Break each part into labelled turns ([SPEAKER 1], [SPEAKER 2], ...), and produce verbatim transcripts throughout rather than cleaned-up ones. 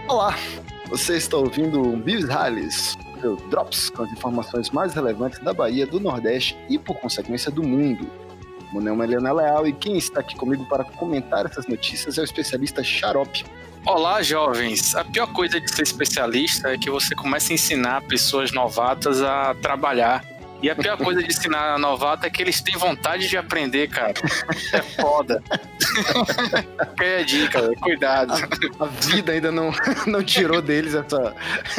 [SPEAKER 1] Olá, você está ouvindo o Bios Rallies, seu Drops com as informações mais relevantes da Bahia, do Nordeste e, por consequência, do mundo. Meu nome é Leonel Leal e quem está aqui comigo para comentar essas notícias é o especialista Xarope.
[SPEAKER 2] Olá, jovens! A pior coisa de ser especialista é que você começa a ensinar pessoas novatas a trabalhar. E a pior coisa de ensinar a novata é que eles têm vontade de aprender, cara. É foda. Fica aí a dica, véio. Cuidado.
[SPEAKER 1] A, a vida ainda não, não tirou deles essa,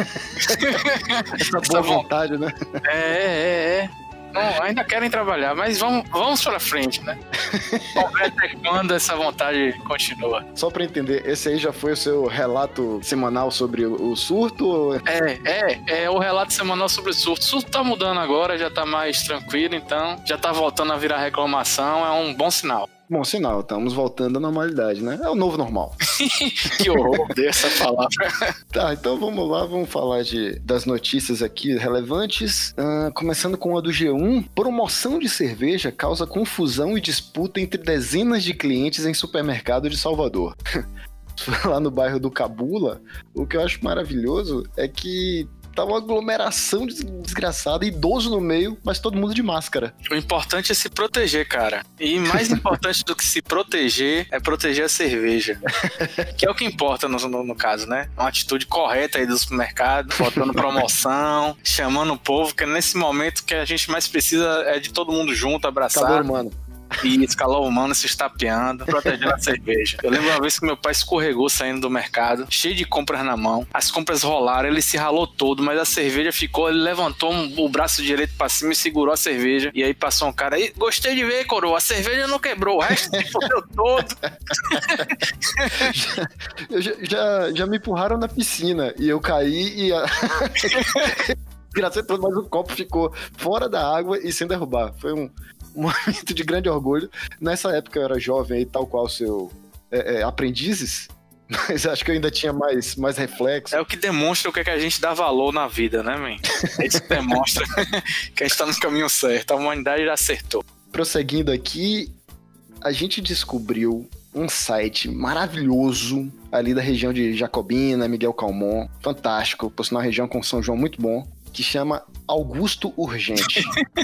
[SPEAKER 1] essa boa vontade, né?
[SPEAKER 2] É, é, é. Não, ainda querem trabalhar, mas vamos, vamos para frente, né? Vamos ver até quando essa vontade continua.
[SPEAKER 1] Só para entender, esse aí já foi o seu relato semanal sobre o, o surto? Ou...
[SPEAKER 2] É, é, é o relato semanal sobre o surto. O surto tá mudando agora, já tá mais tranquilo, então já tá voltando a virar reclamação, é um bom sinal.
[SPEAKER 1] Bom sinal, estamos voltando à normalidade, né? É o novo normal.
[SPEAKER 2] Que horror dessa palavra.
[SPEAKER 1] Tá, então vamos lá, vamos falar de, das notícias aqui relevantes. Uh, começando com a do G um. Promoção de cerveja causa confusão e disputa entre dezenas de clientes em supermercado de Salvador. Lá no bairro do Cabula, o que eu acho maravilhoso é que tá uma aglomeração desgraçada, idoso no meio, mas todo mundo de máscara.
[SPEAKER 2] O importante é se proteger, cara. E mais importante do que se proteger é proteger a cerveja. Que é o que importa no, no, no caso, né? Uma atitude correta aí do supermercado, botando promoção, chamando o povo, que é nesse momento que a gente mais precisa é de todo mundo junto, abraçado.
[SPEAKER 1] Calor humano.
[SPEAKER 2] E escalão humano se estapeando, protegendo a cerveja. Eu lembro uma vez que meu pai escorregou saindo do mercado, cheio de compras na mão. As compras rolaram, ele se ralou todo, mas a cerveja ficou, ele levantou um, o braço direito pra cima e segurou a cerveja. E aí passou um cara aí, gostei de ver, coroa, a cerveja não quebrou, o resto se fodeu todo.
[SPEAKER 1] já, já, já, já me empurraram na piscina e eu caí e... A... Graças a Deus, mas o copo ficou fora da água e sem derrubar. Foi um... um momento de grande orgulho. Nessa época eu era jovem aí, tal qual seu é, é, aprendizes, mas acho que eu ainda tinha mais, mais reflexo.
[SPEAKER 2] É o que demonstra o que, é que a gente dá valor na vida, né, man? É isso que demonstra que a gente tá no caminho certo. A humanidade já acertou.
[SPEAKER 1] Prosseguindo aqui, a gente descobriu um site maravilhoso ali da região de Jacobina, Miguel Calmon, fantástico, por sinal, uma região com São João muito bom, que chama Augusto Urgente.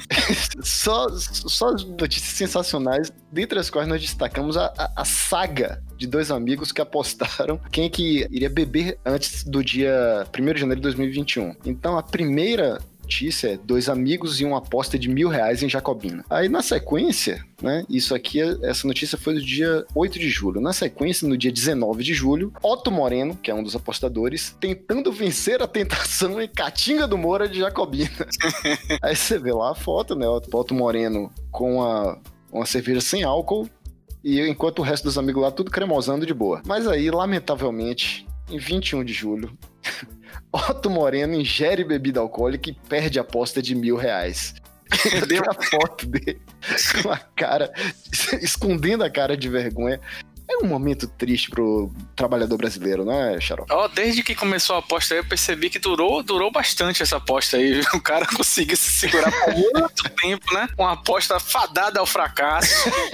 [SPEAKER 1] só, só notícias sensacionais, dentre as quais nós destacamos a, a, a saga de dois amigos que apostaram quem que iria beber antes do dia primeiro de janeiro de dois mil e vinte e um. Então, a primeira notícia é dois amigos e uma aposta de mil reais em Jacobina. Aí, na sequência, né, isso aqui, essa notícia foi do dia oito de julho. Na sequência, no dia dezenove de julho, Otto Moreno, que é um dos apostadores, tentando vencer a tentação em Catinga do Moura de Jacobina. Aí você vê lá a foto, né, Otto Moreno com a, uma cerveja sem álcool, e enquanto o resto dos amigos lá tudo cremosando de boa. Mas aí, lamentavelmente, em vinte e um de julho, Otto Moreno ingere bebida alcoólica e perde a aposta de mil reais. Deu a foto dele com a cara, escondendo a cara de vergonha. É um momento triste pro trabalhador brasileiro, não é, Xarope?
[SPEAKER 2] Oh, desde que começou a aposta aí, eu percebi que durou, durou bastante essa aposta aí. O cara conseguiu se segurar por muito tempo, né? Uma aposta fadada ao fracasso.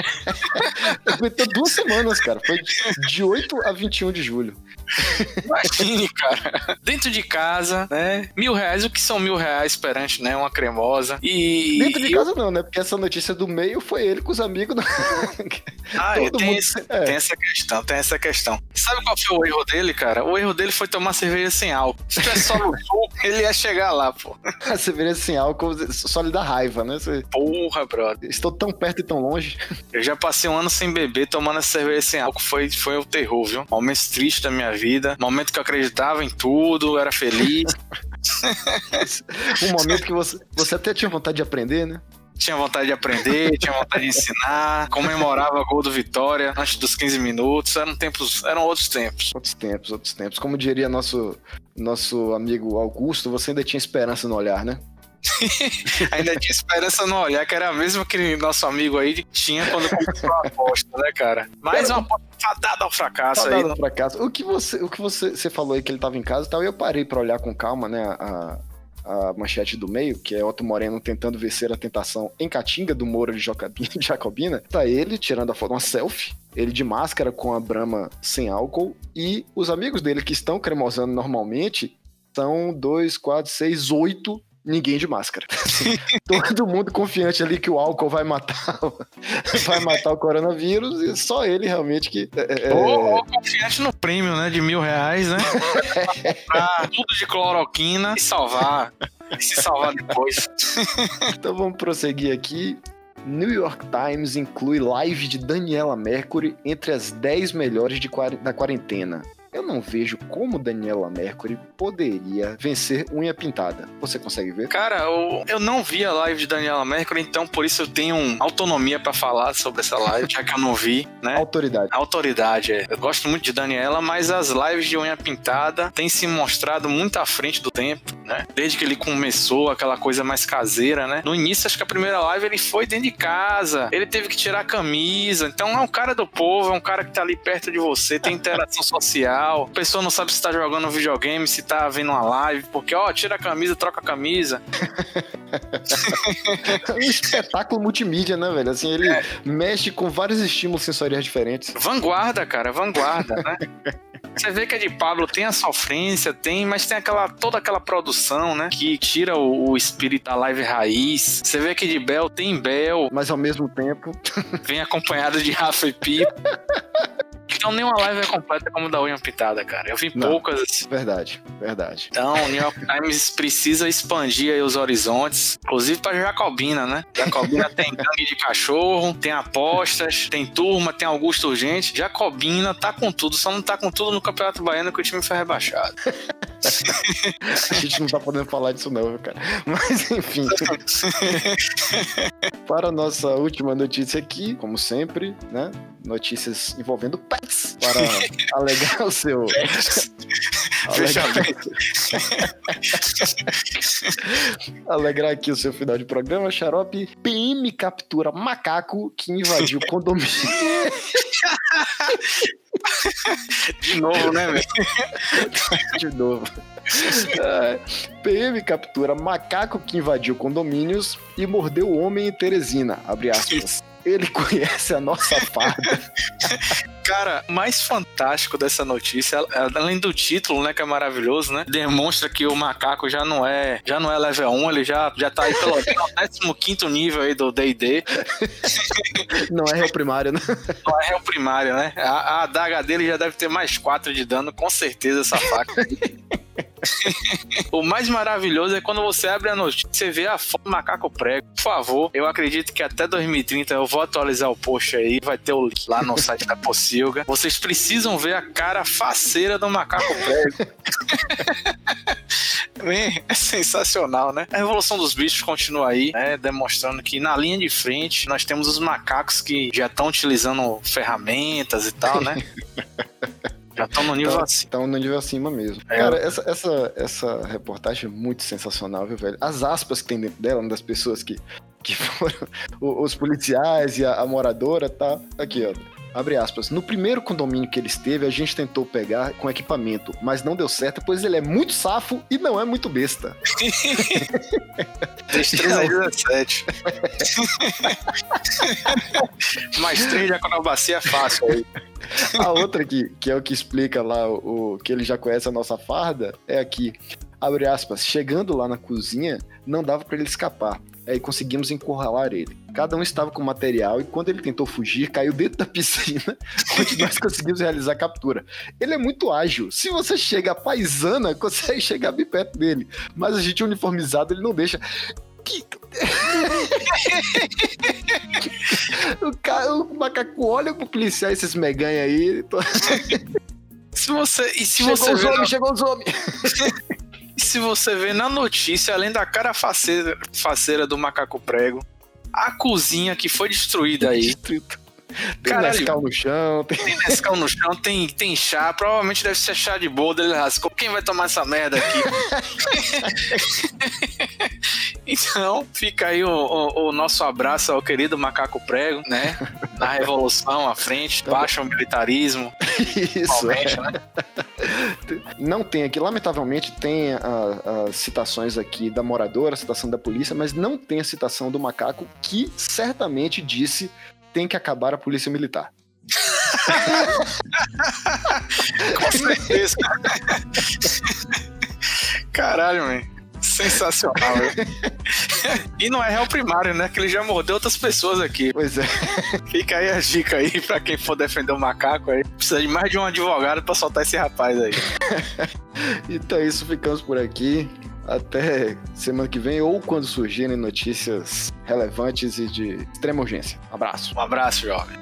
[SPEAKER 1] Aguentou duas semanas, cara. Foi de oito a vinte e um de julho.
[SPEAKER 2] Imagine, cara. Dentro de casa, né? Mil reais, o que são mil reais perante, né? Uma cremosa. E...
[SPEAKER 1] Dentro de casa não, né? Porque essa notícia do meio foi ele com os amigos. Do...
[SPEAKER 2] Ah, Todo tem, mundo... esse, é. tem essa questão, tem essa questão. Sabe qual foi o erro dele, cara? O erro dele foi tomar cerveja sem álcool. Se tivesse só no sul, ele ia chegar lá, pô.
[SPEAKER 1] A cerveja sem álcool só lhe dá raiva, né? Você...
[SPEAKER 2] Porra, brother.
[SPEAKER 1] Estou tão perto e tão longe.
[SPEAKER 2] Eu já passei um ano sem beber, tomando essa cerveja sem álcool. Foi, foi o terror, viu? Momentos tristes da minha vida. Momento que eu acreditava em tudo, era feliz.
[SPEAKER 1] Um momento que você, você até tinha vontade de aprender, né?
[SPEAKER 2] Tinha vontade de aprender, tinha vontade de ensinar, comemorava o gol do Vitória antes dos quinze minutos. Eram tempos, eram outros tempos.
[SPEAKER 1] Outros tempos, outros tempos. Como diria nosso, nosso amigo Augusto, você ainda tinha esperança no olhar, né?
[SPEAKER 2] Ainda tinha esperança no olhar, que era a mesma que nosso amigo aí tinha quando começou a aposta, né, cara? Mais uma aposta fadada ao fracasso
[SPEAKER 1] fadada
[SPEAKER 2] aí.
[SPEAKER 1] ao fracasso. O que você, o que você, você falou aí que ele tava em casa e tal, e eu parei pra olhar com calma, né, a, a manchete do meio, que é Otto Moreno tentando vencer a tentação em Caatinga do Moura de Jacobina, tá ele tirando a foto, uma selfie, ele de máscara com a Brahma sem álcool, e os amigos dele que estão cremosando normalmente são dois, quatro, seis, oito, ninguém de máscara. Todo mundo confiante ali que o álcool vai matar vai matar o coronavírus, e só ele realmente que... É...
[SPEAKER 2] Ou, ou confiante no prêmio, né, de mil reais, né? Pra tudo de cloroquina e salvar. E se salvar depois.
[SPEAKER 1] Então vamos prosseguir aqui. New York Times inclui live de Daniela Mercury entre as dez melhores de, da quarentena. Eu não vejo como Daniela Mercury poderia vencer Unha Pintada. Você consegue ver?
[SPEAKER 2] Cara, eu, eu não vi a live de Daniela Mercury, então por isso eu tenho autonomia pra falar sobre essa live, já que eu não vi, né?
[SPEAKER 1] Autoridade.
[SPEAKER 2] Autoridade, é. Eu gosto muito de Daniela, mas as lives de Unha Pintada têm se mostrado muito à frente do tempo, né? Desde que ele começou, aquela coisa mais caseira, né? No início, acho que a primeira live ele foi dentro de casa, ele teve que tirar a camisa, então é um cara do povo, é um cara que tá ali perto de você, tem interação social. A pessoa não sabe se tá jogando um videogame, se tá vendo uma live, porque, ó, tira a camisa, troca a camisa.
[SPEAKER 1] É um espetáculo multimídia, né, velho? Assim, ele é. mexe com vários estímulos sensoriais diferentes.
[SPEAKER 2] Vanguarda, cara, vanguarda, né? Você vê que a de Pablo tem a sofrência, tem, mas tem aquela, toda aquela produção, né? Que tira o, o espírito da live raiz. Você vê que de Bel tem Bel.
[SPEAKER 1] Mas ao mesmo tempo...
[SPEAKER 2] vem acompanhado de Rafa e Pipo. Então nenhuma live é completa como da Unha Pintada, cara. Eu vi
[SPEAKER 1] Não,
[SPEAKER 2] poucas assim.
[SPEAKER 1] Verdade, verdade.
[SPEAKER 2] Então o New York Times precisa expandir aí os horizontes, inclusive pra Jacobina, né? Jacobina tem gangue de cachorro, tem apostas, tem turma, tem Augusto Urgente. Jacobina tá com tudo, só não tá com tudo no Campeonato Baiano que o time foi rebaixado.
[SPEAKER 1] A gente não tá podendo falar disso não, cara. Mas enfim. Para a nossa última notícia aqui, como sempre, né? Notícias envolvendo pets para alegar o seu... alegar... alegrar aqui o seu final de programa, Xarope. P M captura macaco que invadiu condomínio.
[SPEAKER 2] De novo, né, velho?
[SPEAKER 1] De novo. É, P M captura macaco que invadiu condomínios e mordeu o homem em Teresina, abre aspas. Ele conhece a nossa farda.
[SPEAKER 2] Cara, mais fantástico dessa notícia, além do título, né, que é maravilhoso, né? Demonstra que o macaco já não é, já não é level um, ele já, já tá aí pelo décimo quinto nível aí do D e D.
[SPEAKER 1] Não é réu primário, né?
[SPEAKER 2] Não é réu primário, né? A, a adaga dele já deve ter mais quatro de dano, com certeza, essa faca. O mais maravilhoso é quando você abre a notícia, você vê a foto do macaco prego. Por favor, eu acredito que até dois mil e trinta eu vou atualizar o post aí, vai ter o link lá no site da Pocilga. Vocês precisam ver a cara faceira do macaco prego. É sensacional, né? A revolução dos bichos continua aí, né? Demonstrando que na linha de frente nós temos os macacos que já estão utilizando ferramentas e tal, né? Já estão no nível
[SPEAKER 1] tá,
[SPEAKER 2] acima.
[SPEAKER 1] Estão no nível acima mesmo. É. Cara, essa, essa, essa reportagem é muito sensacional, viu, velho? As aspas que tem dentro dela, uma das pessoas que, que foram os policiais e a, a moradora, tá? Aqui, ó. Abre aspas. No primeiro condomínio que ele esteve, a gente tentou pegar com equipamento, mas não deu certo, pois ele é muito safo e não é muito besta.
[SPEAKER 2] três três a dezessete. Mais três de acrobacia é fácil aí.
[SPEAKER 1] A outra aqui, que é o que explica lá o, o que ele já conhece a nossa farda, é aqui. Abre aspas. Chegando lá na cozinha, não dava pra ele escapar. Aí conseguimos encurralar ele. Cada um estava com material e quando ele tentou fugir, caiu dentro da piscina, onde nós conseguimos realizar a captura. Ele é muito ágil. Se você chega paisana, consegue chegar bem perto dele. Mas a gente uniformizado, ele não deixa. Que... o, cara, o macaco olha pro policial, esses meganha aí. Tô...
[SPEAKER 2] Se você, e se
[SPEAKER 1] chegou
[SPEAKER 2] você
[SPEAKER 1] os
[SPEAKER 2] vê
[SPEAKER 1] homens,
[SPEAKER 2] na...
[SPEAKER 1] chegou os homens.
[SPEAKER 2] E se você vê na notícia, além da cara faceira, faceira do macaco prego, a cozinha que foi destruída aí.
[SPEAKER 1] Tem
[SPEAKER 2] Caralho,
[SPEAKER 1] Nescau no chão.
[SPEAKER 2] Tem, tem Nescau no chão, tem, tem chá. Provavelmente deve ser chá de boldo. Ele rascou. Quem vai tomar essa merda aqui? Então, fica aí o, o, o nosso abraço ao querido macaco prego, né? Na revolução à frente, baixa o militarismo.
[SPEAKER 1] Isso.
[SPEAKER 2] Né?
[SPEAKER 1] Não tem aqui, lamentavelmente, tem as citações aqui da moradora, a citação da polícia, mas não tem a citação do macaco, que certamente disse: tem que acabar a polícia militar.
[SPEAKER 2] Com certeza. Caralho, man. Sensacional, né? E não é réu primário, né? Que ele já mordeu outras pessoas aqui.
[SPEAKER 1] Pois é.
[SPEAKER 2] Fica aí a dica aí pra quem for defender o macaco aí. Precisa de mais de um advogado pra soltar esse rapaz aí.
[SPEAKER 1] Então é isso, ficamos por aqui. Até semana que vem, ou quando surgirem notícias relevantes e de extrema urgência. Um abraço.
[SPEAKER 2] Um abraço, jovem.